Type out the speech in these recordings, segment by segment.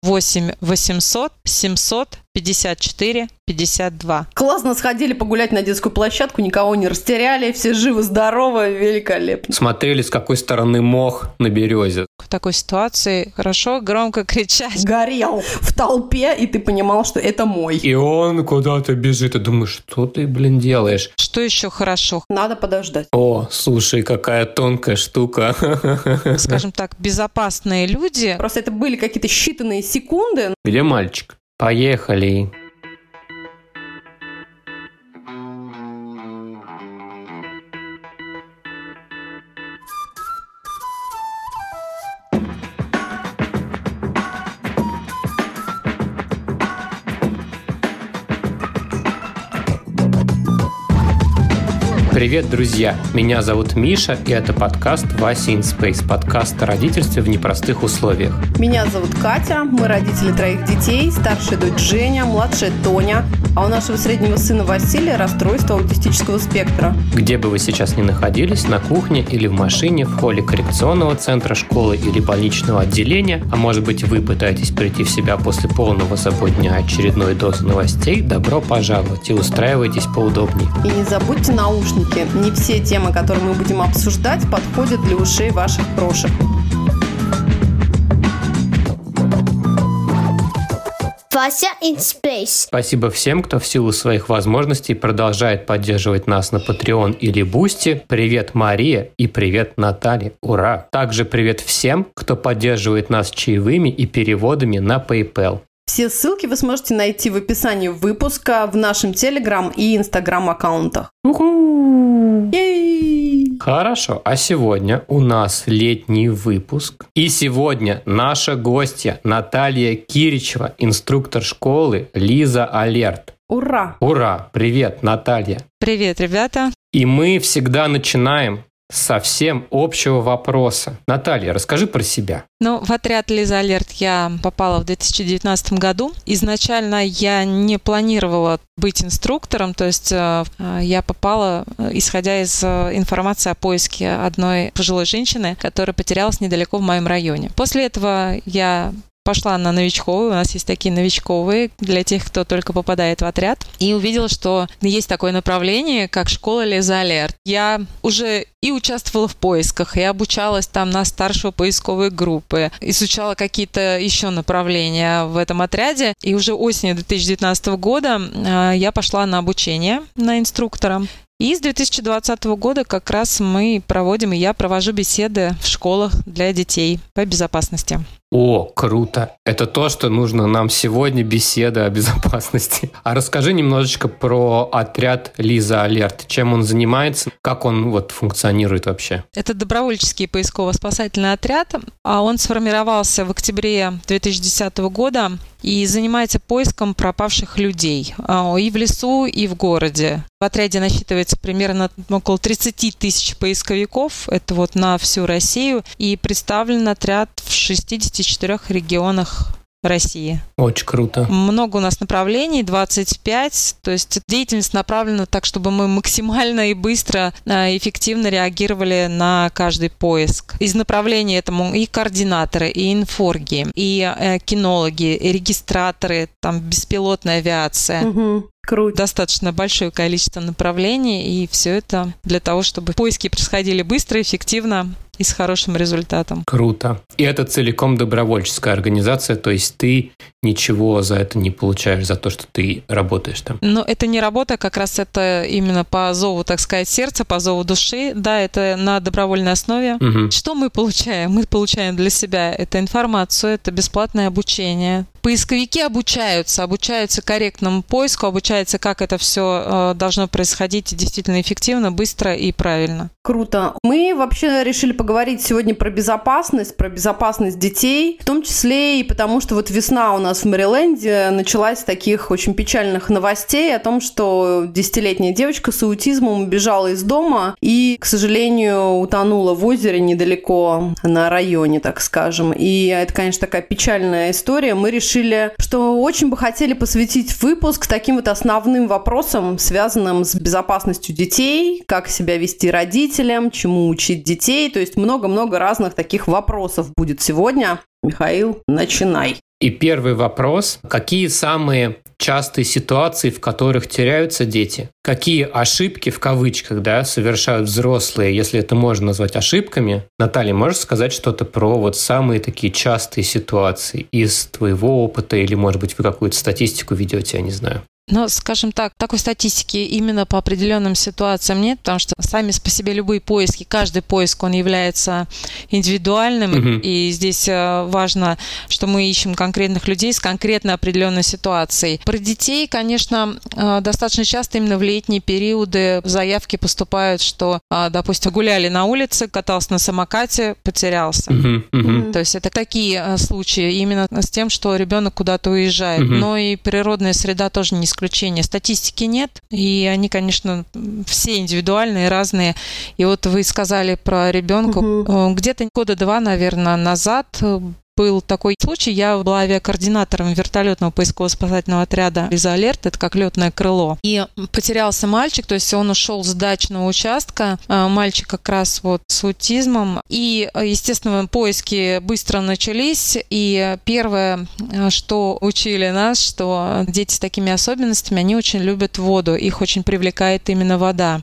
8 800 700 54 52. Классно сходили погулять на детскую площадку, никого не растеряли, все живы-здоровы, великолепно. Смотрели, с какой стороны мох на березе. В такой ситуации хорошо громко кричать. Горел в толпе, и ты понимал, что это мой. И он куда-то бежит, и думаешь, что ты, делаешь? Что еще хорошо? Надо подождать. О, слушай, какая тонкая штука. Скажем так, безопасные люди. Просто это были какие-то считанные секунды. Где мальчик? Поехали. Привет, друзья! Меня зовут Миша, и это подкаст «Вася in Space», подкаст о родительстве в непростых условиях. Меня зовут Катя, мы родители 3 детей, старшая дочь Женя, младшая Тоня, а у нашего среднего сына Василия расстройство аутистического спектра. Где бы вы сейчас ни находились, на кухне или в машине, в холле коррекционного центра школы или больничного отделения, а может быть вы пытаетесь прийти в себя после полного забот-дня очередной дозы новостей, добро пожаловать и устраивайтесь поудобнее. И не забудьте наушники. Не все темы, которые мы будем обсуждать, подходят для ушей ваших крошек. Вася in Space. Спасибо всем, кто в силу своих возможностей продолжает поддерживать нас на Patreon или Boosty. Привет, Мария, и привет, Наталья. Ура! Также привет всем, кто поддерживает нас чаевыми и переводами на PayPal. Все ссылки вы сможете найти в описании выпуска, в нашем Telegram и Instagram аккаунтах. Ей! Хорошо, а сегодня у нас летний выпуск. И сегодня наша гостья Наталья Киричева, инструктор школы Лиза Алерт. Ура! Ура! Привет, Наталья! Привет, ребята! И мы всегда начинаем с совсем общего вопроса. Наталья, расскажи про себя. В отряд Лиза Алерт я попала в 2019 году. Изначально я не планировала быть инструктором, то есть я попала, исходя из информации о поиске одной пожилой женщины, которая потерялась недалеко в моем районе. После этого я пошла на новичковые, у нас есть такие новичковые для тех, кто только попадает в отряд, и увидела, что есть такое направление, как школа Лиза Алерт. Я уже и участвовала в поисках, и обучалась там на старшего поисковой группы, изучала какие-то еще направления в этом отряде, и уже осенью 2019 года я пошла на обучение на инструктора. И с 2020 года как раз мы проводим, и я провожу беседы в школах для детей по безопасности. О, круто! Это то, что нужно нам сегодня, беседа о безопасности. А расскажи немножечко про отряд Лиза Алерт. Чем он занимается, как он функционирует вообще? Это добровольческий поисково-спасательный отряд. Он сформировался в октябре 2010 года и занимается поиском пропавших людей и в лесу, и в городе. В отряде насчитывается примерно около 30 тысяч поисковиков, это на всю Россию, и представлен отряд в 64 регионах России. Очень круто. Много у нас направлений, 25, то есть деятельность направлена так, чтобы мы максимально и быстро, эффективно реагировали на каждый поиск. Из направлений этому и координаторы, и инфорги, и кинологи, и регистраторы, беспилотная авиация. Угу. Круто. Достаточно большое количество направлений, и все это для того, чтобы поиски происходили быстро, эффективно и с хорошим результатом. Круто. И это целиком добровольческая организация, то есть ты ничего за это не получаешь, за то, что ты работаешь там? Но это не работа, как раз это именно по зову, так сказать, сердца, по зову души. Да, это на добровольной основе. Угу. Что мы получаем? Мы получаем для себя это информацию, это бесплатное обучение. Поисковики обучаются корректному поиску, обучаются, как это все должно происходить действительно эффективно, быстро и правильно. Круто. Мы вообще решили поговорить сегодня про безопасность детей, в том числе и потому, что весна у нас в Мэриленде началась с таких очень печальных новостей о том, что 10-летняя девочка с аутизмом убежала из дома и, к сожалению, утонула в озере недалеко на районе, так скажем. И это, конечно, такая печальная история. Мы решили, что очень бы хотели посвятить выпуск таким основным вопросам, связанным с безопасностью детей, как себя вести родителям, чему учить детей. То есть много-много разных таких вопросов будет сегодня. Михаил, начинай. И первый вопрос. Какие самые частые ситуации, в которых теряются дети? Какие ошибки, в кавычках, да, совершают взрослые, если это можно назвать ошибками? Наталья, можешь сказать что-то про вот самые такие частые ситуации из твоего опыта или, может быть, вы какую-то статистику ведете, я не знаю? Но, скажем так, такой статистики именно по определенным ситуациям нет, потому что сами по себе любые поиски, каждый поиск, он является индивидуальным, и здесь важно, что мы ищем конкретных людей с конкретно определенной ситуацией. Про детей, конечно, достаточно часто именно в летние периоды заявки поступают, что, допустим, гуляли на улице, катался на самокате, потерялся. То есть это такие случаи именно с тем, что ребенок куда-то уезжает. Но и природная среда тоже не исключение. Статистики нет, и они, конечно, все индивидуальные, разные. И вот вы сказали про ребенка. Где-то года 2, наверное, назад был такой случай. Я была авиакоординатором вертолетного поисково-спасательного отряда «Лиза Алерт», это как летное крыло. И потерялся мальчик, то есть он ушел с дачного участка. Мальчик как раз вот с аутизмом. И, естественно, поиски быстро начались. И первое, что учили нас, что дети с такими особенностями, они очень любят воду. Их очень привлекает именно вода.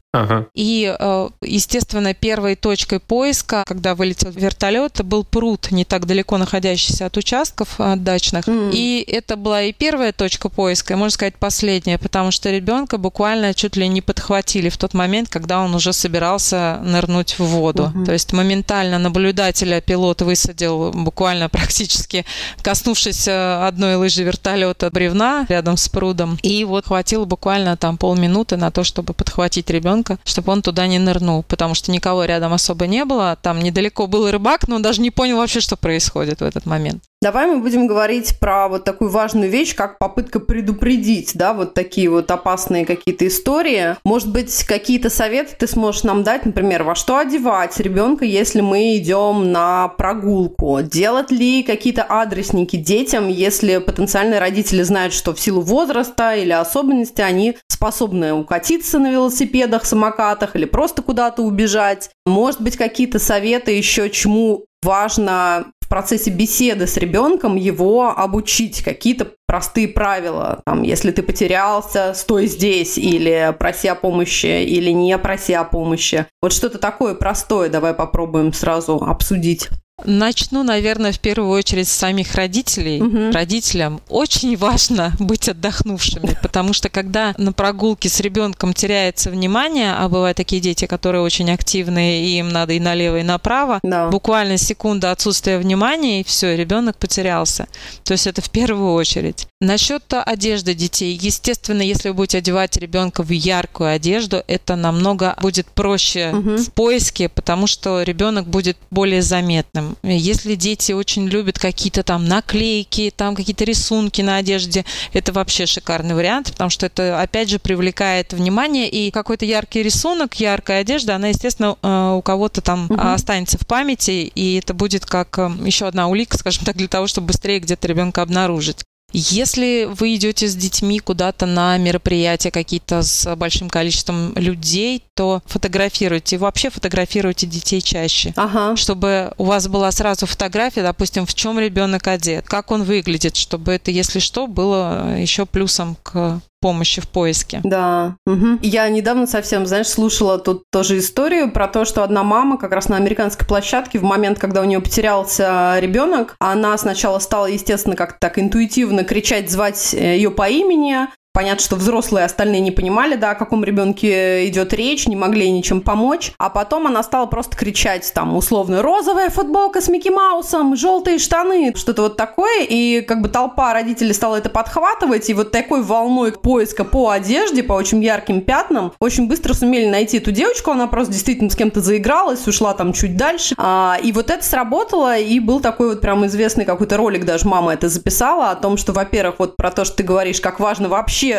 И, естественно, первой точкой поиска, когда вылетел вертолет, был пруд, не так далеко находящийся от участков дачных. И это была и первая точка поиска, и, можно сказать, последняя, потому что ребенка буквально чуть ли не подхватили в тот момент, когда он уже собирался нырнуть в воду. То есть моментально наблюдателя пилот высадил, буквально практически коснувшись одной лыжи вертолета бревна рядом с прудом. И вот хватило буквально там полминуты на то, чтобы подхватить ребенка, чтобы он туда не нырнул, потому что никого рядом особо не было. Там недалеко был рыбак, но он даже не понял вообще, что происходит в этот момент. Давай мы будем говорить про вот такую важную вещь, как попытка предупредить, да, вот такие вот опасные какие-то истории. Может быть, какие-то советы ты сможешь нам дать, например, во что одевать ребенка, если мы идем на прогулку? Делать ли какие-то адресники детям, если потенциальные родители знают, что в силу возраста или особенностей они способны укатиться на велосипедах, самокатах или просто куда-то убежать? Может быть, какие-то советы еще, чему важно в процессе беседы с ребенком его обучить, какие-то простые правила. Там, если ты потерялся, стой здесь, или проси о помощи, или не проси о помощи. Вот что-то такое простое давай попробуем сразу обсудить. Начну, наверное, в первую очередь с самих родителей. Родителям очень важно быть отдохнувшими, потому что когда на прогулке с ребенком теряется внимание, а бывают такие дети, которые очень активные, и им надо и налево, и направо, буквально секунда отсутствия внимания, и все, ребенок потерялся. То есть это в первую очередь. Насчет одежды детей. Естественно, если вы будете одевать ребенка в яркую одежду, это намного будет проще в поиске, потому что ребенок будет более заметным. Если дети очень любят какие-то там наклейки, там какие-то рисунки на одежде, это вообще шикарный вариант, потому что это, опять же, привлекает внимание, и какой-то яркий рисунок, яркая одежда, она, естественно, у кого-то там останется в памяти, и это будет как еще одна улика, скажем так, для того, чтобы быстрее где-то ребенка обнаружить. Если вы идете с детьми куда-то на мероприятия какие-то с большим количеством людей, то фотографируйте. Вообще фотографируйте детей чаще. Чтобы у вас была сразу фотография, допустим, в чем ребенок одет, как он выглядит, чтобы это, если что, было еще плюсом к помощи в поиске. Да. Я недавно совсем, знаешь, слушала тут тоже историю про то, что одна мама как раз на американской площадке в момент, когда у нее потерялся ребенок, она сначала стала, естественно, как-то так интуитивно кричать, звать ее по имени. Понятно, что взрослые остальные не понимали, да, о каком ребенке идет речь, не могли ей ничем помочь. А потом она стала просто кричать, там, условно, розовая футболка с Микки Маусом, желтые штаны, что-то вот такое. И как бы толпа родителей стала это подхватывать. И вот такой волной поиска по одежде, по очень ярким пятнам, очень быстро сумели найти эту девочку. Она просто действительно с кем-то заигралась, ушла там чуть дальше. И вот это сработало. И был такой вот прям известный какой-то ролик, даже мама это записала, о том, что, во-первых, вот про то, что ты говоришь, как важно вообще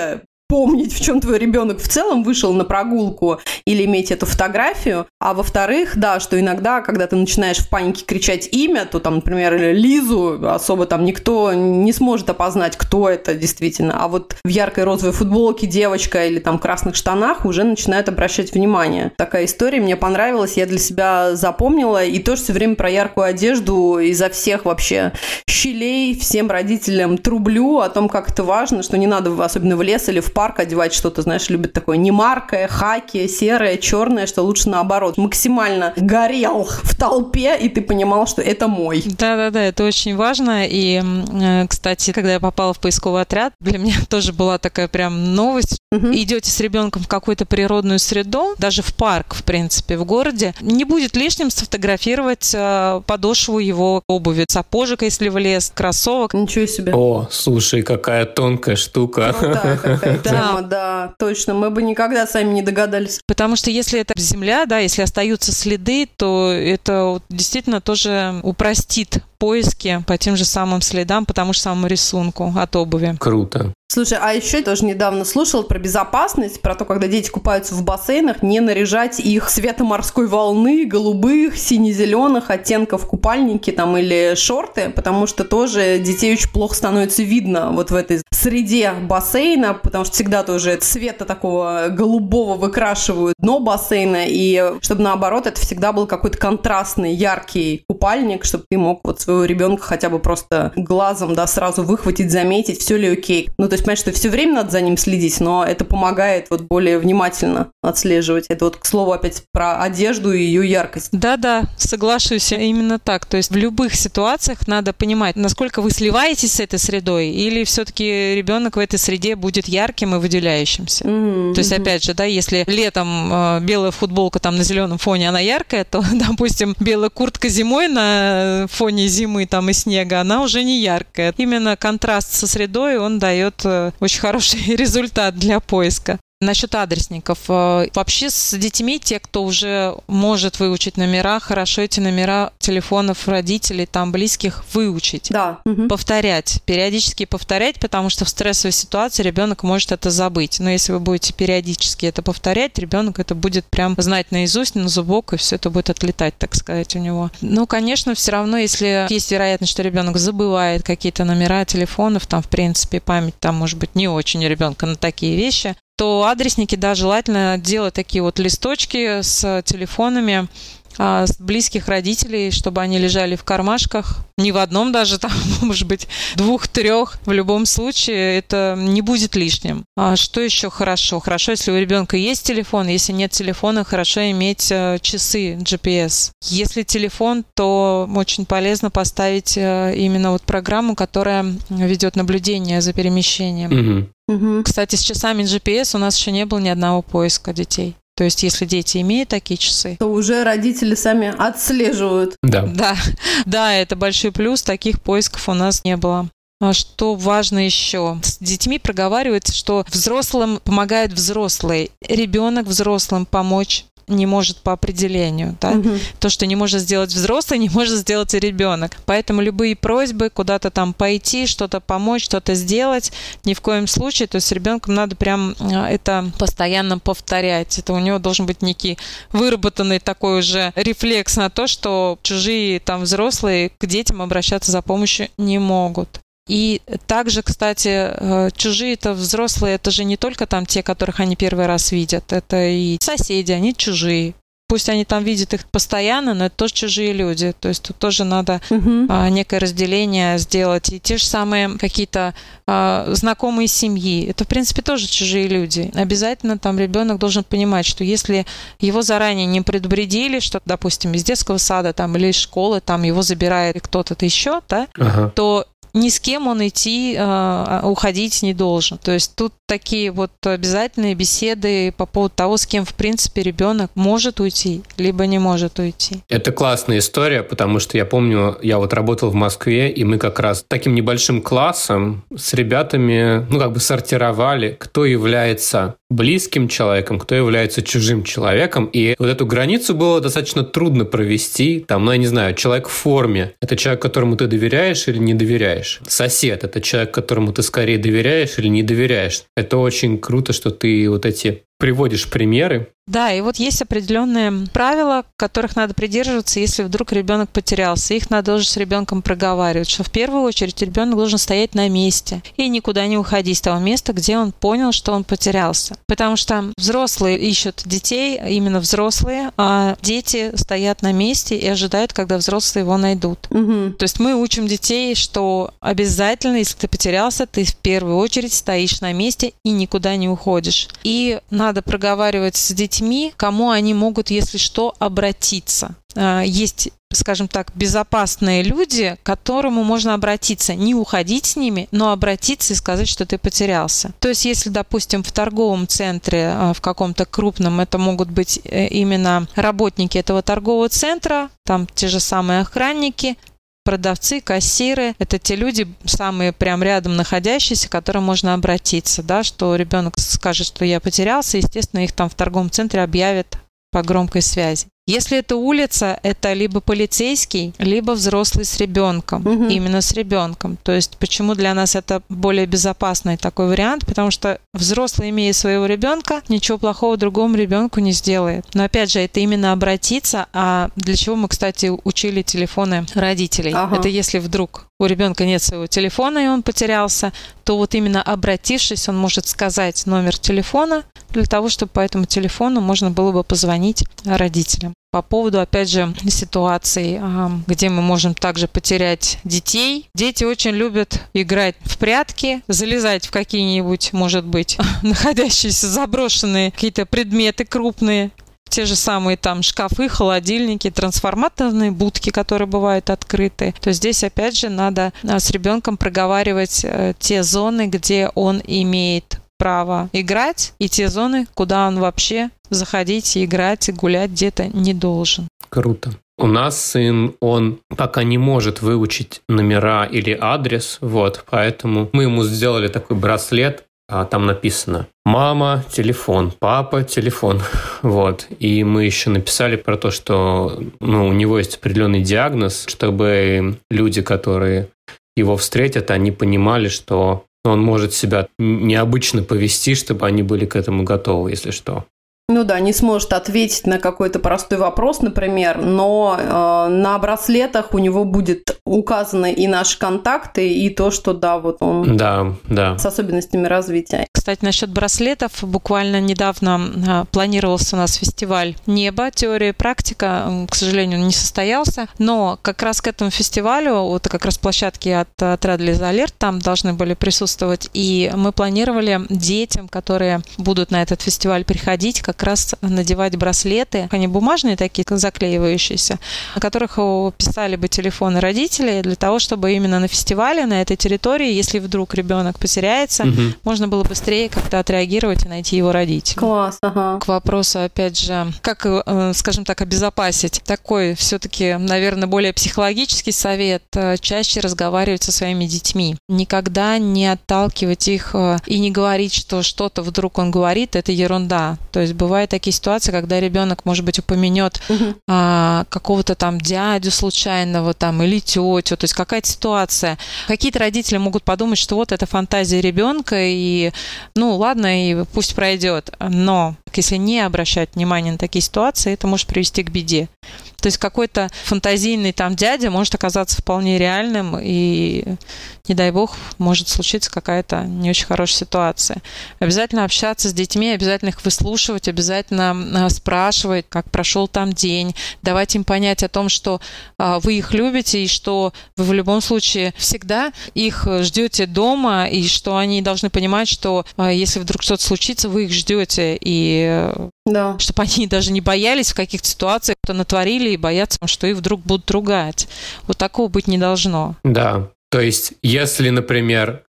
помнить, в чем твой ребенок в целом вышел на прогулку или иметь эту фотографию. А во-вторых, да, что иногда, когда ты начинаешь в панике кричать имя, то там, например, Лизу особо там никто не сможет опознать, кто это действительно. А вот в яркой розовой футболке девочка или там красных штанах уже начинают обращать внимание. Такая история мне понравилась, я для себя запомнила. И тоже все время про яркую одежду изо всех вообще щелей всем родителям трублю о том, как это важно, что не надо, особенно в лес или в парк, одевать что-то, знаешь, любят такое немаркое, хаки, серое, черное, что лучше наоборот. Максимально горел в толпе, и ты понимал, что это мой. Да-да-да, это очень важно. И, кстати, когда я попала в поисковый отряд, для меня тоже была такая прям новость. Идете с ребенком в какую-то природную среду, даже в парк, в принципе, в городе, не будет лишним сфотографировать подошву его обуви, сапожек, если в лес, кроссовок. Ничего себе. О, слушай, какая тонкая штука. Крутая какая тема, да, точно. Мы бы никогда сами не догадались. Потому что если это земля, да, если остаются следы, то это действительно тоже упростит поиски по тем же самым следам, по тому же самому рисунку от обуви. Круто. Слушай, а еще я тоже недавно слушала про безопасность, про то, когда дети купаются в бассейнах, не наряжать их цвета морской волны, голубых, сине-зеленых оттенков купальники там или шорты, потому что тоже детей очень плохо становится видно вот в этой среде бассейна, потому что всегда тоже цвета такого голубого выкрашивают дно бассейна, и чтобы наоборот это всегда был какой-то контрастный, яркий купальник, чтобы ты мог вот своего ребенка хотя бы просто глазом, да, сразу выхватить, заметить, все ли окей. Ну, то есть, понимаешь, что все время надо за ним следить, но это помогает вот более внимательно отслеживать. Это вот, к слову, опять про одежду и ее яркость. Да-да, соглашусь, именно так. То есть в любых ситуациях надо понимать, насколько вы сливаетесь с этой средой, или все-таки ребенок в этой среде будет ярким и выделяющимся. То есть, опять же, да, если летом белая футболка там на зеленом фоне, она яркая, то, допустим, белая куртка зимой на фоне зимы там и снега, она уже не яркая. Именно контраст со средой, он дает очень хороший результат для поиска. Насчет адресников. Вообще с детьми, те, кто уже может выучить номера, хорошо эти номера телефонов родителей, там близких выучить. Да. Повторять, периодически повторять, потому что в стрессовой ситуации ребенок может это забыть. Но если вы будете периодически это повторять, ребенок это будет прям знать наизусть, на зубок, и все это будет отлетать, так сказать, у него. Ну, конечно, все равно, если есть вероятность, что ребенок забывает какие-то номера телефонов, там, в принципе, память там может быть не очень у ребенка на такие вещи, то адресники, да, желательно делать такие вот листочки с телефонами с близких родителей, чтобы они лежали в кармашках. Не в одном даже, там, может быть, 2-3. В любом случае это не будет лишним. А что еще хорошо? Хорошо, если у ребенка есть телефон. Если нет телефона, хорошо иметь часы GPS. Если телефон, то очень полезно поставить именно вот программу, которая ведет наблюдение за перемещением. Кстати, с часами GPS у нас еще не было ни одного поиска детей. То есть, если дети имеют такие часы, то уже родители сами отслеживают. Да, это большой плюс. Таких поисков у нас не было. Что важно еще? С детьми проговаривается, что взрослым помогают взрослые. Ребенок взрослым помочь не может по определению. Да? То, что не может сделать взрослый, не может сделать и ребенок. Поэтому любые просьбы куда-то там пойти, что-то помочь, что-то сделать, ни в коем случае. То есть с ребенком надо прям это постоянно повторять. Это у него должен быть некий выработанный такой уже рефлекс на то, что чужие там взрослые к детям обращаться за помощью не могут. И также, кстати, чужие-то взрослые, это же не только там те, которых они первый раз видят, это и соседи, они чужие. Пусть они там видят их постоянно, но это тоже чужие люди. То есть тут тоже надо некое разделение сделать. И те же самые какие-то знакомые семьи, это, в принципе, тоже чужие люди. Обязательно там ребенок должен понимать, что если его заранее не предупредили, что, допустим, из детского сада там, или из школы там его забирает кто-то еще, да, то ни с кем он уходить не должен. То есть тут такие вот обязательные беседы по поводу того, с кем, в принципе, ребенок может уйти, либо не может уйти. Это классная история, потому что я помню, я вот работал в Москве, и мы как раз таким небольшим классом с ребятами, сортировали, кто является близким человеком, кто является чужим человеком. И вот эту границу было достаточно трудно провести. Там, я не знаю, человек в форме. Это человек, которому ты доверяешь или не доверяешь. доверяешь. Сосед – это человек, которому ты скорее доверяешь или не доверяешь. Это очень круто, что ты вот эти приводишь примеры. Да, и вот есть определенные правила, которых надо придерживаться, если вдруг ребенок потерялся. Их надо уже с ребенком проговаривать, что в первую очередь ребенок должен стоять на месте и никуда не уходить с того места, где он понял, что он потерялся. Потому что взрослые ищут детей, именно взрослые, а дети стоят на месте и ожидают, когда взрослые его найдут. Угу. То есть мы учим детей, что обязательно, если ты потерялся, ты в первую очередь стоишь на месте и никуда не уходишь. И надо проговаривать с детьми, кому они могут, если что, обратиться. Есть, скажем так, безопасные люди, к которым можно обратиться. Не уходить с ними, но обратиться и сказать, что ты потерялся. То есть, если, допустим, в торговом центре, в каком-то крупном, это могут быть именно работники этого торгового центра, там те же самые охранники, продавцы, кассиры – это те люди, самые прям рядом находящиеся, к которым можно обратиться, да, что ребенок скажет, что я потерялся, естественно, их там в торговом центре объявят по громкой связи. Если это улица, это либо полицейский, либо взрослый с ребенком. Угу. Именно с ребенком. То есть почему для нас это более безопасный такой вариант? Потому что взрослый, имея своего ребенка, ничего плохого другому ребенку не сделает. Но опять же, это именно обратиться. А для чего мы, кстати, учили телефоны родителей? Ага. Это если вдруг у ребенка нет своего телефона, и он потерялся, то вот именно обратившись, он может сказать номер телефона для того, чтобы по этому телефону можно было бы позвонить родителям. По поводу, опять же, ситуаций, где мы можем также потерять детей. Дети очень любят играть в прятки, залезать в какие-нибудь, может быть, находящиеся заброшенные какие-то предметы крупные. Те же самые там шкафы, холодильники, трансформаторные будки, которые бывают открыты. То есть здесь, опять же, надо с ребенком проговаривать те зоны, где он имеет право играть, и те зоны, куда он вообще заходить и играть, и гулять где-то не должен. Круто. У нас сын, он пока не может выучить номера или адрес, поэтому мы ему сделали такой браслет, там написано «Мама, телефон, папа, телефон». И мы еще написали про то, что у него есть определенный диагноз, чтобы люди, которые его встретят, они понимали, что он может себя необычно повести, чтобы они были к этому готовы, если что. Ну да, не сможет ответить на какой-то простой вопрос, например, но на браслетах у него будет указаны и наши контакты, и то, что он с особенностями развития. Кстати, насчет браслетов, буквально недавно планировался у нас фестиваль «Небо. Теория и практика». К сожалению, он не состоялся, но как раз к этому фестивалю, как раз площадки от Travelers Alert там должны были присутствовать, и мы планировали детям, которые будут на этот фестиваль приходить, как раз надевать браслеты, они бумажные такие, заклеивающиеся, на которых писали бы телефоны родителей для того, чтобы именно на фестивале, на этой территории, если вдруг ребенок потеряется, можно было быстрее как-то отреагировать и найти его родителей. Класс, ага. К вопросу, опять же, как, скажем так, обезопасить. Такой все-таки, наверное, более психологический совет. Чаще разговаривать со своими детьми. Никогда не отталкивать их и не говорить, что что-то вдруг он говорит, это ерунда. То есть бывают такие ситуации, когда ребенок, может быть, упомянет какого-то там дядю случайного там, или тетю, то есть какая-то ситуация. Какие-то родители могут подумать, что вот это фантазия ребенка, и ладно, и пусть пройдет. Но если не обращать внимания на такие ситуации, это может привести к беде. То есть какой-то фантазийный там дядя может оказаться вполне реальным, и, не дай бог, может случиться какая-то не очень хорошая ситуация. Обязательно общаться с детьми, обязательно их выслушивать, обязательно спрашивать, как прошел там день, давать им понять о том, что вы их любите, и что вы в любом случае всегда их ждете дома, и что они должны понимать, что если вдруг что-то случится, вы их ждете, и чтобы они даже не боялись в каких-то ситуациях, кто натворили, и боятся, что их вдруг будут ругать. Вот такого быть не должно. Да. То есть, если, например,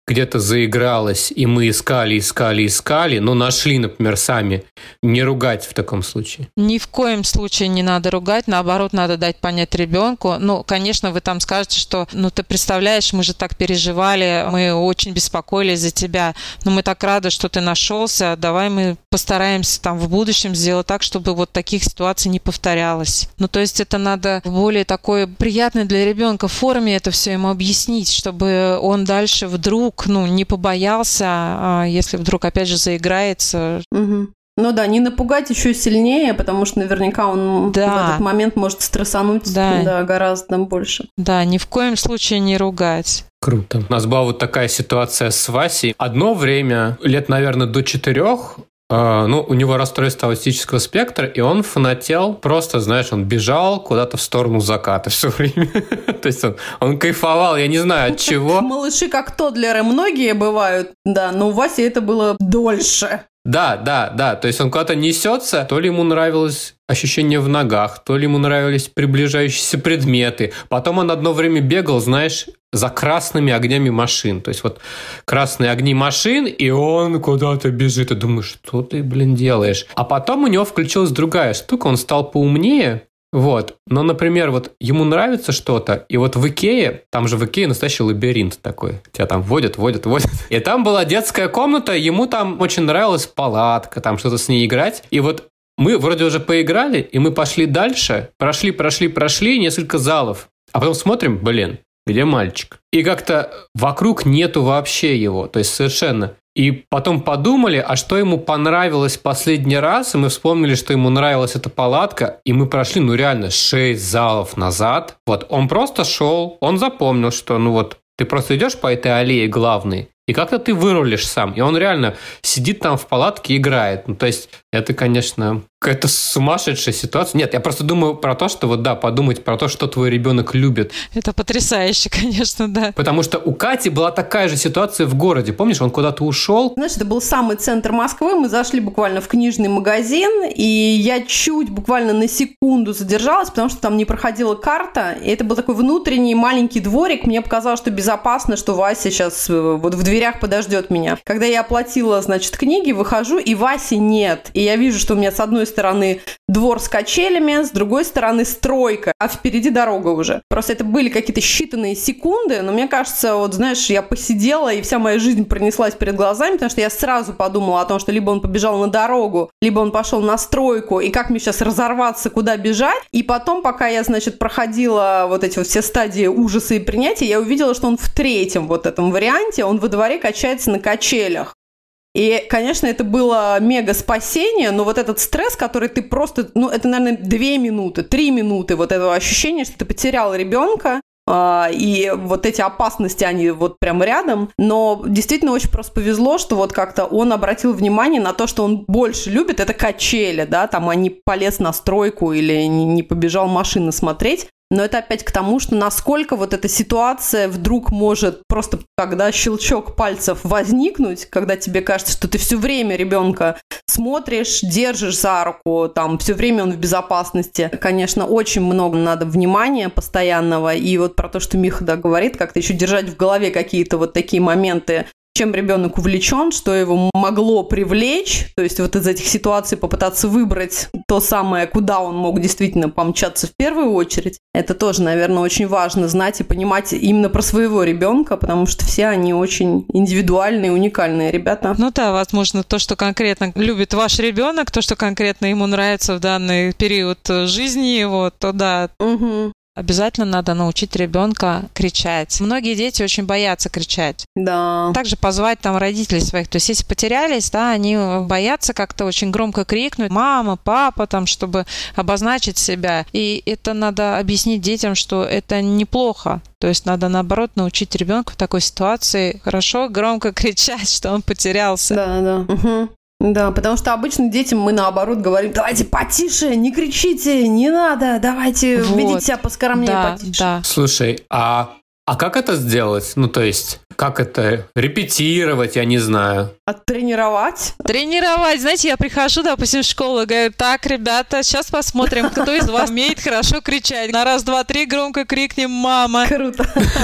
где-то заигралась, и мы искали, но нашли, например, сами, не ругать в таком случае? Ни в коем случае не надо ругать, наоборот, надо дать понять ребенку. Ну, конечно, вы там скажете, что, ты представляешь, мы же так переживали, мы очень беспокоились за тебя, но мы так рады, что ты нашелся, давай мы постараемся там в будущем сделать так, чтобы вот таких ситуаций не повторялось. То есть это надо в более такой приятной для ребенка форме это все ему объяснить, чтобы он дальше вдруг не побоялся, если вдруг опять же заиграется. Угу. Не напугать еще сильнее, потому что наверняка он в этот момент может стрессануть гораздо больше. Да, ни в коем случае не ругать. Круто. У нас была вот такая ситуация с Васей. Одно время, лет, наверное, до 4, у него расстройство аутистического спектра, и он фанател, просто, знаешь, он бежал куда-то в сторону заката все время. То есть он кайфовал, я не знаю от чего. Малыши как тоддлеры многие бывают, да, но у Васи это было дольше. Да, то есть он куда-то несется, то ли ему нравилось ощущение в ногах, то ли ему нравились приближающиеся предметы. Потом он одно время бегал, знаешь, за красными огнями машин. То есть вот красные огни машин, и он куда-то бежит. И думаешь, что ты, делаешь? А потом у него включилась другая штука, он стал поумнее. Но, например, ему нравится что-то, и в Икее, там же в Икее настоящий лабиринт такой, тебя там водят. И там была детская комната, ему там очень нравилась палатка, там что-то с ней играть. И мы вроде уже поиграли, и мы пошли дальше, прошли несколько залов, а потом смотрим, где мальчик? И как-то вокруг нету вообще его, то есть совершенно. И потом подумали, а что ему понравилось последний раз, и мы вспомнили, что ему нравилась эта палатка, и мы прошли, реально, 6 залов назад. Он просто шел, он запомнил, что, ты просто идешь по этой аллее главной, и как-то ты вырулишь сам. И он реально сидит там в палатке и играет. То есть это, конечно, какая-то сумасшедшая ситуация. Нет, я просто думаю про то, что подумать про то, что твой ребенок любит. Это потрясающе, конечно, да. Потому что у Кати была такая же ситуация в городе. Помнишь, он куда-то ушел? Знаешь, это был самый центр Москвы. Мы зашли буквально в книжный магазин, и я буквально на секунду задержалась, потому что там не проходила карта. И это был такой внутренний маленький дворик. Мне показалось, что безопасно, что Вася сейчас в дверях подождет меня. Когда я оплатила, книги, выхожу, и Васи нет. И я вижу, что у меня с одной стороны двор с качелями, с другой стороны стройка, а впереди дорога уже. Просто это были какие-то считанные секунды, но мне кажется, я посидела, и вся моя жизнь пронеслась перед глазами, потому что я сразу подумала о том, что либо он побежал на дорогу, либо он пошел на стройку, и как мне сейчас разорваться, куда бежать. И потом, пока я, проходила эти все стадии ужаса и принятия, я увидела, что он в третьем этом варианте, он во дворе качается на качелях. И, конечно, это было мега спасение, но этот стресс, который ты просто, это, наверное, 2 минуты, 3 минуты этого ощущения, что ты потерял ребенка, и эти опасности, они прямо рядом. Но действительно очень просто повезло, что как-то он обратил внимание на то, что он больше любит, это качели, да, там, а не полез на стройку или не побежал машины смотреть. Но это опять к тому, что насколько эта ситуация вдруг может просто, когда щелчок пальцев возникнуть, когда тебе кажется, что ты все время ребенка смотришь, держишь за руку, там все время он в безопасности. Конечно, очень много надо внимания постоянного. И про то, что Миха говорит, как-то еще держать в голове какие-то такие моменты, чем ребенок увлечен, что его могло привлечь, то есть из этих ситуаций попытаться выбрать то самое, куда он мог действительно помчаться в первую очередь. Это тоже, наверное, очень важно знать и понимать именно про своего ребенка, потому что все они очень индивидуальные, уникальные ребята. Возможно, то, что конкретно любит ваш ребенок, то, что конкретно ему нравится в данный период жизни его, то да. Угу. Обязательно надо научить ребенка кричать. Многие дети очень боятся кричать. Да. Также позвать родителей своих. То есть, если потерялись, они боятся как-то очень громко крикнуть «мама», «папа», чтобы обозначить себя. И это надо объяснить детям, что это неплохо. То есть, надо, наоборот, научить ребенка в такой ситуации хорошо, громко кричать, что он потерялся. Да. Угу. Да, потому что обычно детям мы, наоборот, говорим: давайте потише, не кричите, не надо, давайте ведите себя поскромнее, потише. Да. Слушай, а как это сделать? То есть, как это, репетировать, я не знаю. Оттренировать? Тренировать. Знаете, я прихожу, допустим, в школу и говорю: так, ребята, сейчас посмотрим, кто из вас умеет хорошо кричать. На раз, два, три громко крикнем «мама». Круто.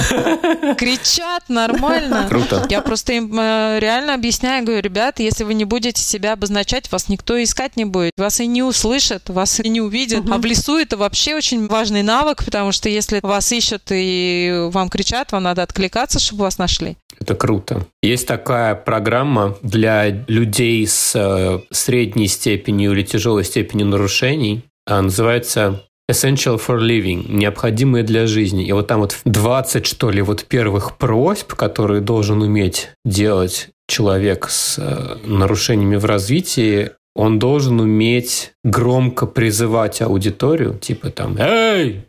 Кричат нормально. Круто. Я просто им реально объясняю, говорю: ребята, если вы не будете себя обозначать, вас никто искать не будет. Вас и не услышат, вас и не увидят. А в лесу это вообще очень важный навык, потому что если вас ищут и вам кричат, вам надо откликаться, чтобы вас нашли. Это круто. Есть такая программа для людей с средней степенью или тяжелой степенью нарушений. Называется Essential for Living, необходимые для жизни. И вот там вот 20, что ли, вот первых просьб, которые должен уметь делать человек с нарушениями в развитии. Он должен уметь громко призывать аудиторию, типа там «Эй!».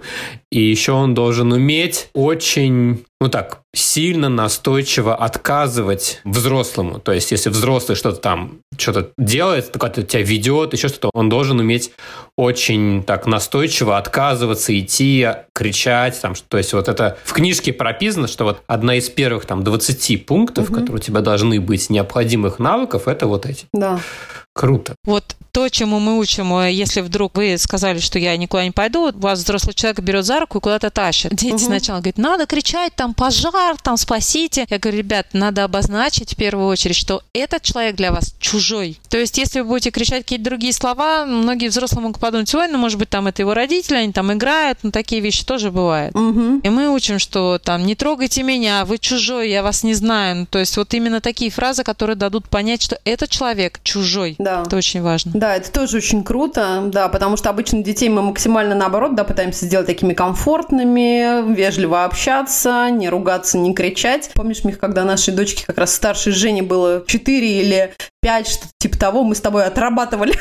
И еще он должен уметь очень, сильно настойчиво отказывать взрослому. То есть, если взрослый что-то делает, куда-то тебя ведет, еще что-то, он должен уметь очень так настойчиво отказываться, идти, кричать. То есть, вот это в книжке прописано, что вот одна из первых 20 пунктов, которые у тебя должны быть, необходимых навыков, это вот эти. Да. Круто. Вот то, чему мы учим, если вдруг вы сказали, что я никуда не пойду, вас взрослый человек берет за руку и куда-то тащит. Дети сначала говорят: надо кричать, там пожар, там спасите. Я говорю: ребят, надо обозначить в первую очередь, что этот человек для вас чужой. То есть, если вы будете кричать какие-то другие слова, многие взрослые могут подумать: ой, может быть, там это его родители, они там играют, такие вещи тоже бывают. И мы учим, что там не трогайте меня, вы чужой, я вас не знаю. То есть, вот именно такие фразы, которые дадут понять, что этот человек чужой. Да. Это очень важно. Да, это тоже очень круто, да, потому что обычно детей мы максимально наоборот, да, пытаемся сделать такими комфортными, вежливо общаться, не ругаться, не кричать. Помнишь, Мих, когда нашей дочке, как раз старшей Жене, было 4 или 5, что-то типа того, мы с тобой отрабатывали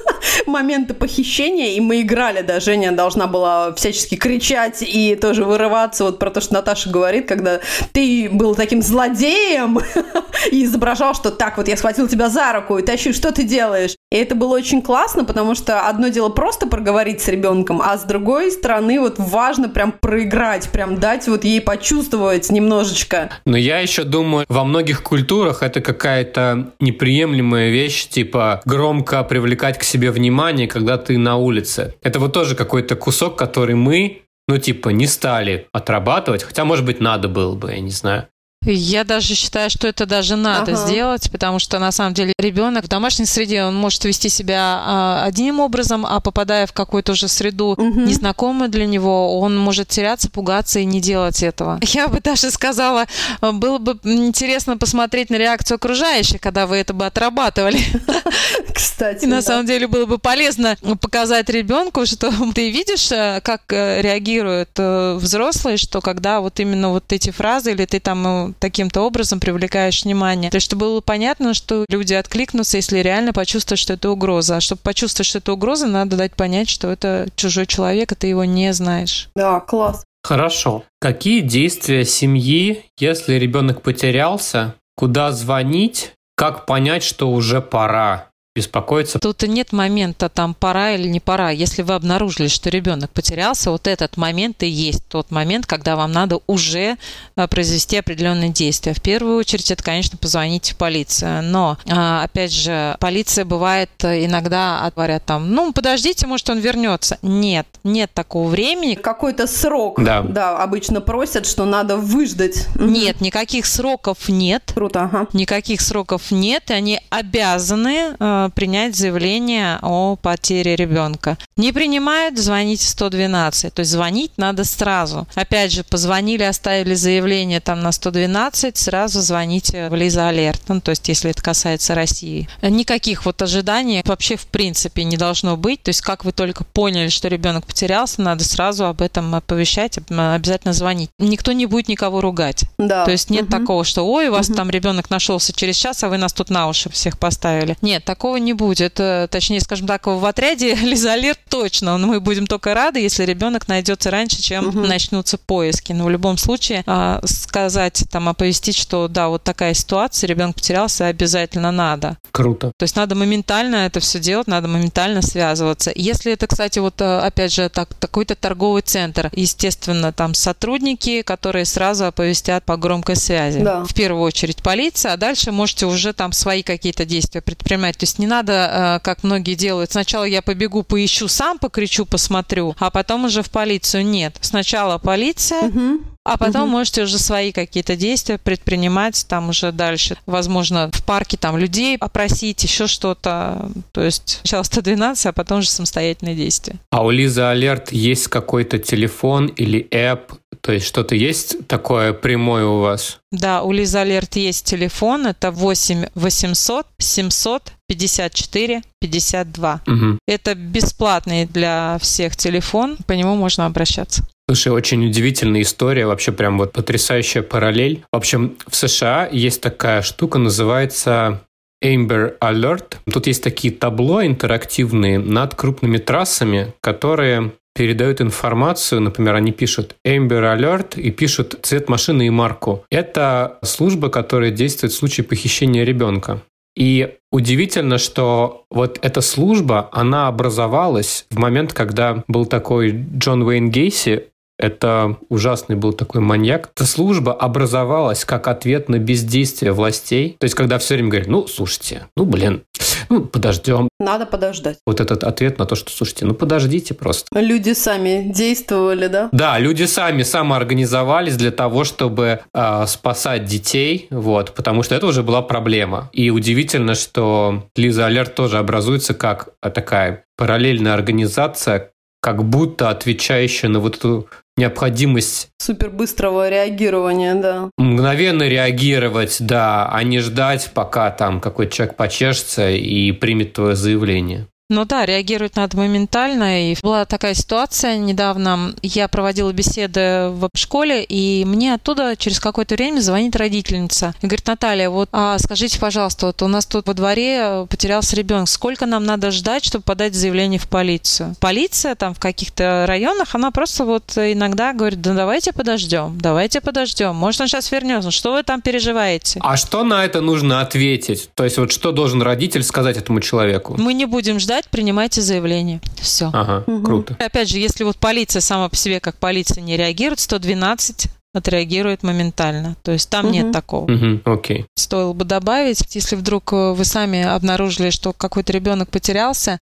моменты похищения, и мы играли, да, Женя должна была всячески кричать и тоже вырываться, вот про то, что Наташа говорит, когда ты был таким злодеем и изображал, что так, вот я схватил тебя за руку и тащу, что ты делаешь? И это было очень классно, потому что одно дело просто проговорить с ребенком, а с другой стороны вот важно прям проиграть, прям дать вот ей почувствовать немножечко. Но я еще думаю, во многих культурах это какая-то неприемлемая вещь, типа громко привлекать к себе внимание, когда ты на улице. Это вот тоже какой-то кусок, который мы, не стали отрабатывать, хотя, может быть, надо было бы, я не знаю. Я даже считаю, что это даже надо сделать, потому что, на самом деле, ребенок в домашней среде, он может вести себя одним образом, а попадая в какую-то уже среду незнакомую для него, он может теряться, пугаться и не делать этого. Я бы даже сказала, было бы интересно посмотреть на реакцию окружающих, когда вы это бы отрабатывали. Кстати, и на самом деле было бы полезно показать ребенку, что ты видишь, как реагируют взрослые, что когда вот именно вот эти фразы, или ты там таким-то образом привлекаешь внимание. То есть, чтобы было понятно, что люди откликнутся, если реально почувствуют, что это угроза. А чтобы почувствовать, что это угроза, надо дать понять, что это чужой человек, и ты его не знаешь. Да, класс. Хорошо. Какие действия семьи, если ребенок потерялся, куда звонить, как понять, что уже пора беспокоиться? Тут нет момента, там, пора или не пора. Если вы обнаружили, что ребенок потерялся, вот этот момент и есть тот момент, когда вам надо уже произвести определенные действия. В первую очередь, это, конечно, позвонить в полицию. Но, опять же, полиция бывает иногда говорят там: подождите, может, он вернется. Нет такого времени. Какой-то срок, да, обычно просят, что надо выждать. Нет, никаких сроков нет. Круто, Никаких сроков нет, и они обязаны принять заявление о потере ребенка. Не принимают, звоните 112. То есть звонить надо сразу. Опять же, позвонили, оставили заявление там на 112, сразу звоните в Лиза Алерт. То есть, если это касается России. Никаких вот ожиданий вообще в принципе не должно быть. То есть, как вы только поняли, что ребенок потерялся, надо сразу об этом оповещать, обязательно звонить. Никто не будет никого ругать. Да. То есть, нет такого, что ой, у вас там ребенок нашелся через час, а вы нас тут на уши всех поставили. Нет, такого не будет. Точнее, скажем так, в отряде Лиза Алерт точно. Мы будем только рады, если ребенок найдется раньше, чем начнутся поиски. Но в любом случае сказать, оповестить, что да, вот такая ситуация, ребенок потерялся, обязательно надо. Круто. То есть надо моментально это все делать, надо моментально связываться. Если это, кстати, вот опять же такой-то торговый центр, естественно, там сотрудники, которые сразу оповестят по громкой связи. Да. В первую очередь полиция, а дальше можете уже там свои какие-то действия предпринимать. То есть не надо, как многие делают, сначала я побегу, поищу сам, покричу, посмотрю, а потом уже в полицию. Нет. Сначала полиция, а потом можете уже свои какие-то действия предпринимать там уже дальше. Возможно, в парке там людей опросить, еще что-то. То есть сначала 112, а потом уже самостоятельные действия. А у Лизы Алерт есть какой-то телефон или app? То есть что-то есть такое прямое у вас? Да, у Лизы Алерт есть телефон. Это 8 800 700 54 52. Это бесплатный для всех телефон. По нему можно обращаться. Слушай, очень удивительная история, вообще прям вот потрясающая параллель. В общем, в США есть такая штука, называется Amber Alert. Тут есть такие табло интерактивные над крупными трассами, которые передают информацию, например, они пишут Amber Alert и пишут цвет машины и марку. Это служба, которая действует в случае похищения ребенка. И удивительно, что вот эта служба, она образовалась в момент, когда был такой Джон Уэйн Гейси. Это ужасный был такой маньяк. Эта служба образовалась как ответ на бездействие властей. То есть, когда все время говорят, слушайте, подождем. Надо подождать. Вот этот ответ на то, что, слушайте, подождите просто. Люди сами действовали, да? Да, люди сами самоорганизовались для того, чтобы спасать детей, потому что это уже была проблема. И удивительно, что Лиза Алерт тоже образуется как такая параллельная организация, как будто отвечающая на вот эту необходимость супербыстрого реагирования, да. Мгновенно реагировать, да, а не ждать, пока там какой-то человек почешется и примет твое заявление. Ну да, реагировать надо моментально. И была такая ситуация недавно. Я проводила беседы в школе, и мне оттуда через какое-то время звонит родительница. И говорит: Наталья, скажите, пожалуйста, у нас тут во дворе потерялся ребенок. Сколько нам надо ждать, чтобы подать заявление в полицию? Полиция там в каких-то районах, она просто иногда говорит: да давайте подождем. Может, он сейчас вернется. Что вы там переживаете? А что на это нужно ответить? То есть что должен родитель сказать этому человеку? Мы не будем ждать, принимайте заявление. Все. Ага, круто. Опять же, если полиция сама по себе, как полиция, не реагирует, 112 отреагирует моментально. То есть там нет такого. Окей. Стоило бы добавить, если вдруг вы сами обнаружили, что какой-то ребенок потерялся,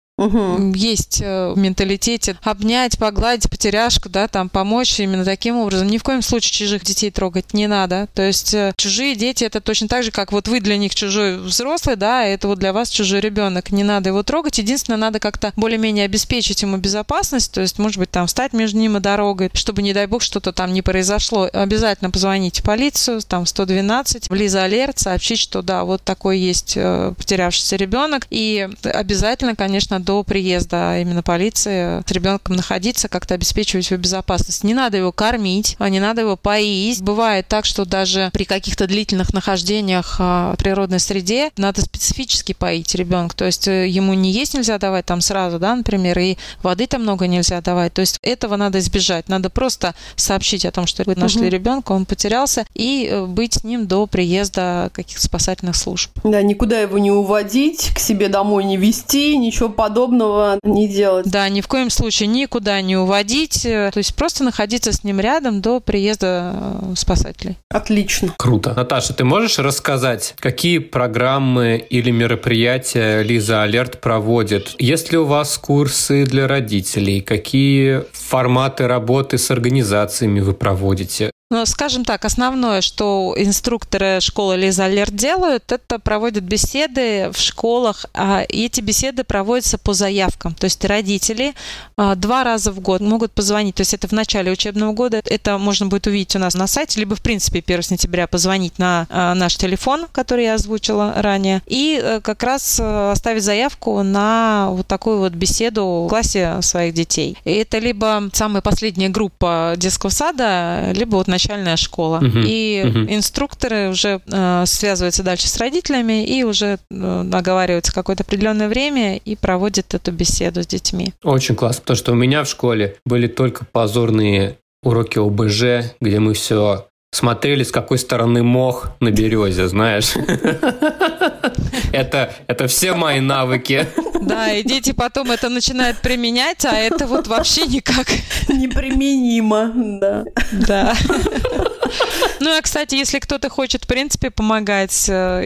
есть в менталитете обнять, погладить потеряшку, да, там помочь именно таким образом. Ни в коем случае чужих детей трогать не надо. То есть чужие дети — это точно так же, как вы для них чужой взрослый, да, это для вас чужой ребенок. Не надо его трогать. Единственное, надо как-то более-менее обеспечить ему безопасность, то есть, может быть, там встать между ним и дорогой, чтобы, не дай бог, что-то там не произошло. Обязательно позвоните в полицию, там 112, в Лиза Алерт, сообщить, что да, вот такой есть потерявшийся ребенок. И обязательно, конечно, до приезда именно полиции с ребенком находиться, как-то обеспечивать его безопасность. Не надо его кормить, не надо его поить. Бывает так, что даже при каких-то длительных нахождениях в природной среде надо специфически поить ребенка. То есть ему не есть нельзя давать там сразу, да, например, и воды там много нельзя давать. То есть этого надо избежать. Надо просто сообщить о том, что вы нашли ребенка, он потерялся, и быть с ним до приезда каких-то спасательных служб. Да, никуда его не уводить, к себе домой не везти, ничего подобного не делать. Да, ни в коем случае никуда не уводить, то есть просто находиться с ним рядом до приезда спасателей. Отлично. Круто. Наташа, ты можешь рассказать, какие программы или мероприятия Лиза Алерт проводит? Есть ли у вас курсы для родителей? Какие форматы работы с организациями вы проводите? Но, скажем так, основное, что инструкторы школы Лиза Алерт делают, это проводят беседы в школах, и эти беседы проводятся по заявкам. То есть родители 2 раза в год могут позвонить, то есть это в начале учебного года, это можно будет увидеть у нас на сайте, либо, в принципе, 1 сентября позвонить на наш телефон, который я озвучила ранее, и как раз оставить заявку на вот такую беседу в классе своих детей. И это либо самая последняя группа детского сада, либо начальная школа. И инструкторы уже связываются дальше с родителями и уже договариваются какое-то определенное время и проводят эту беседу с детьми. Очень классно, потому что у меня в школе были только позорные уроки ОБЖ, где мы все смотрели, с какой стороны мох на березе, знаешь. Это все мои навыки. Да, и дети потом это начинают применять, а это вот вообще никак неприменимо, да. Да. Ну, а, кстати, если кто-то хочет, в принципе, помогать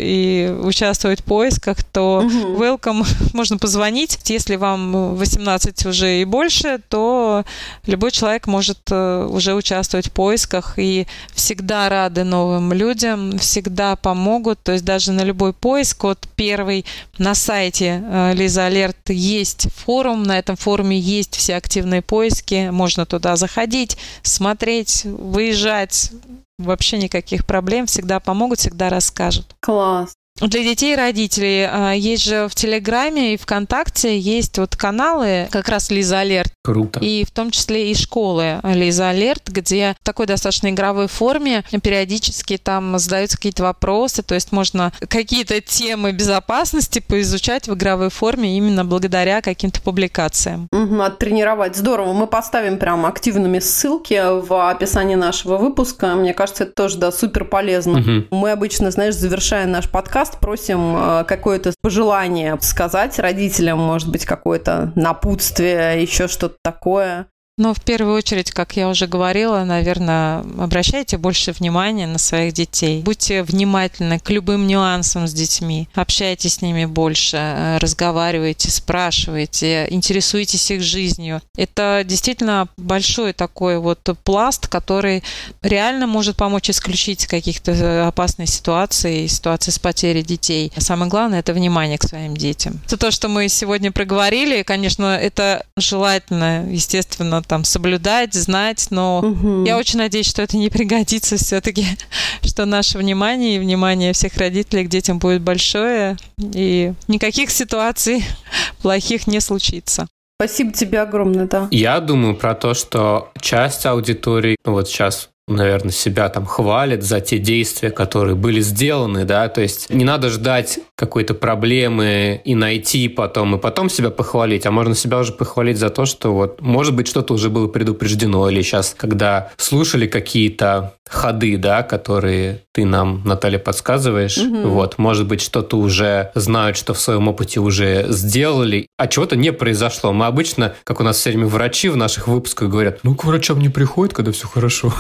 и участвовать в поисках, то welcome, можно позвонить. Если вам 18 уже и больше, то любой человек может уже участвовать в поисках, и всегда рады новым людям, всегда помогут. То есть даже на любой поиск, вот первый на сайте Лиза Алерт есть форум, на этом форуме есть все активные поиски, можно туда заходить, смотреть, выезжать. Вообще никаких проблем, всегда помогут, всегда расскажут. Класс. Для детей и родителей есть же в Телеграме и ВКонтакте есть вот каналы, как раз Лиза Алерт. Круто. И в том числе и школы Лиза Алерт, где в такой достаточно игровой форме периодически там задаются какие-то вопросы, то есть можно какие-то темы безопасности поизучать в игровой форме именно благодаря каким-то публикациям. Оттренировать. Здорово. Мы поставим прям активными ссылки в описании нашего выпуска. Мне кажется, это тоже, да, супер полезно. Мы обычно, знаешь, завершая наш подкаст, просим какое-то пожелание сказать родителям, может быть, какое-то напутствие, еще что-то такое. Но в первую очередь, как я уже говорила, наверное, обращайте больше внимания на своих детей. Будьте внимательны к любым нюансам с детьми. Общайтесь с ними больше, разговаривайте, спрашивайте, интересуйтесь их жизнью. Это действительно большой такой вот пласт, который реально может помочь исключить каких-то опасных ситуаций с потерей детей. Самое главное – это внимание к своим детям. То, что мы сегодня проговорили, конечно, это желательно, естественно, там соблюдать, знать, но я очень надеюсь, что это не пригодится все-таки, что наше внимание и внимание всех родителей к детям будет большое, и никаких ситуаций плохих не случится. Спасибо тебе огромное, да. Я думаю про то, что часть аудитории, вот сейчас, наверное, себя там хвалит за те действия, которые были сделаны, да, то есть не надо ждать какой-то проблемы и найти потом, и потом себя похвалить, а можно себя уже похвалить за то, что вот, может быть, что-то уже было предупреждено, или сейчас, когда слушали какие-то ходы, да, которые ты нам, Наталья, подсказываешь, вот, может быть, что-то уже знают, что в своем опыте уже сделали, а чего-то не произошло. Мы обычно, как у нас все время врачи в наших выпусках говорят, ну, к врачам не приходят, когда все хорошо.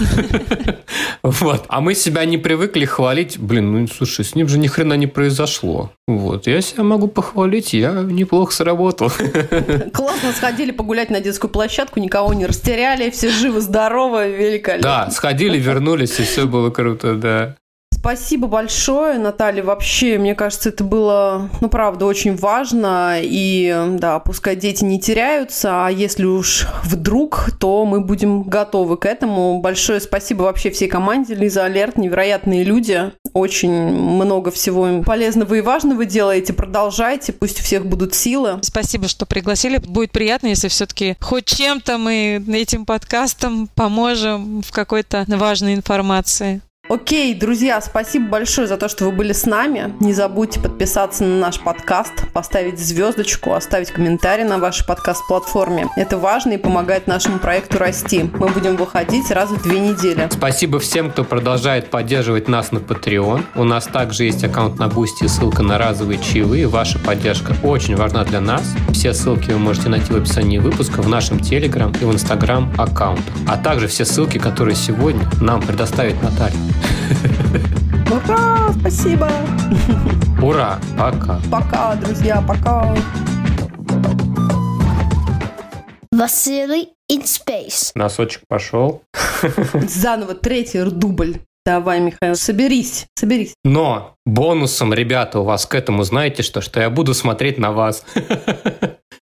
Вот. А мы себя не привыкли хвалить. Блин, ну, слушай, с ним же ни хрена не произошло. Вот. Я себя могу похвалить, я неплохо сработал. Классно, сходили погулять на детскую площадку, никого не растеряли, все живы-здоровы, великолепно. Да, сходили, вернулись, и все было круто, да. Спасибо большое, Наталья. Вообще, мне кажется, это было, ну, правда, очень важно. И, да, пускай дети не теряются, а если уж вдруг, то мы будем готовы к этому. Большое спасибо вообще всей команде Лиза Алерт. Невероятные люди. Очень много всего полезного и важного делаете. Продолжайте, пусть у всех будут силы. Спасибо, что пригласили. Будет приятно, если все-таки хоть чем-то мы этим подкастом поможем в какой-то важной информации. Окей, друзья, спасибо большое за то, что вы были с нами. Не забудьте подписаться на наш подкаст, поставить звездочку, оставить комментарий на вашей подкаст-платформе. Это важно и помогает нашему проекту расти. Мы будем выходить раз в 2 недели. Спасибо всем, кто продолжает поддерживать нас на Patreon. У нас также есть аккаунт на Boosty и ссылка на разовые чаевые. Ваша поддержка очень важна для нас. Все ссылки вы можете найти в описании выпуска, в нашем Telegram и в Instagram аккаунтах. А также все ссылки, которые сегодня нам предоставит Наталья. Ура! Спасибо! Ура! Пока! Пока, друзья, пока! Vasily in Space. Носочек пошел. Заново 3-й дубль. Давай, Михаил, соберись. Но бонусом, ребята, у вас к этому знаете что? Что я буду смотреть на вас.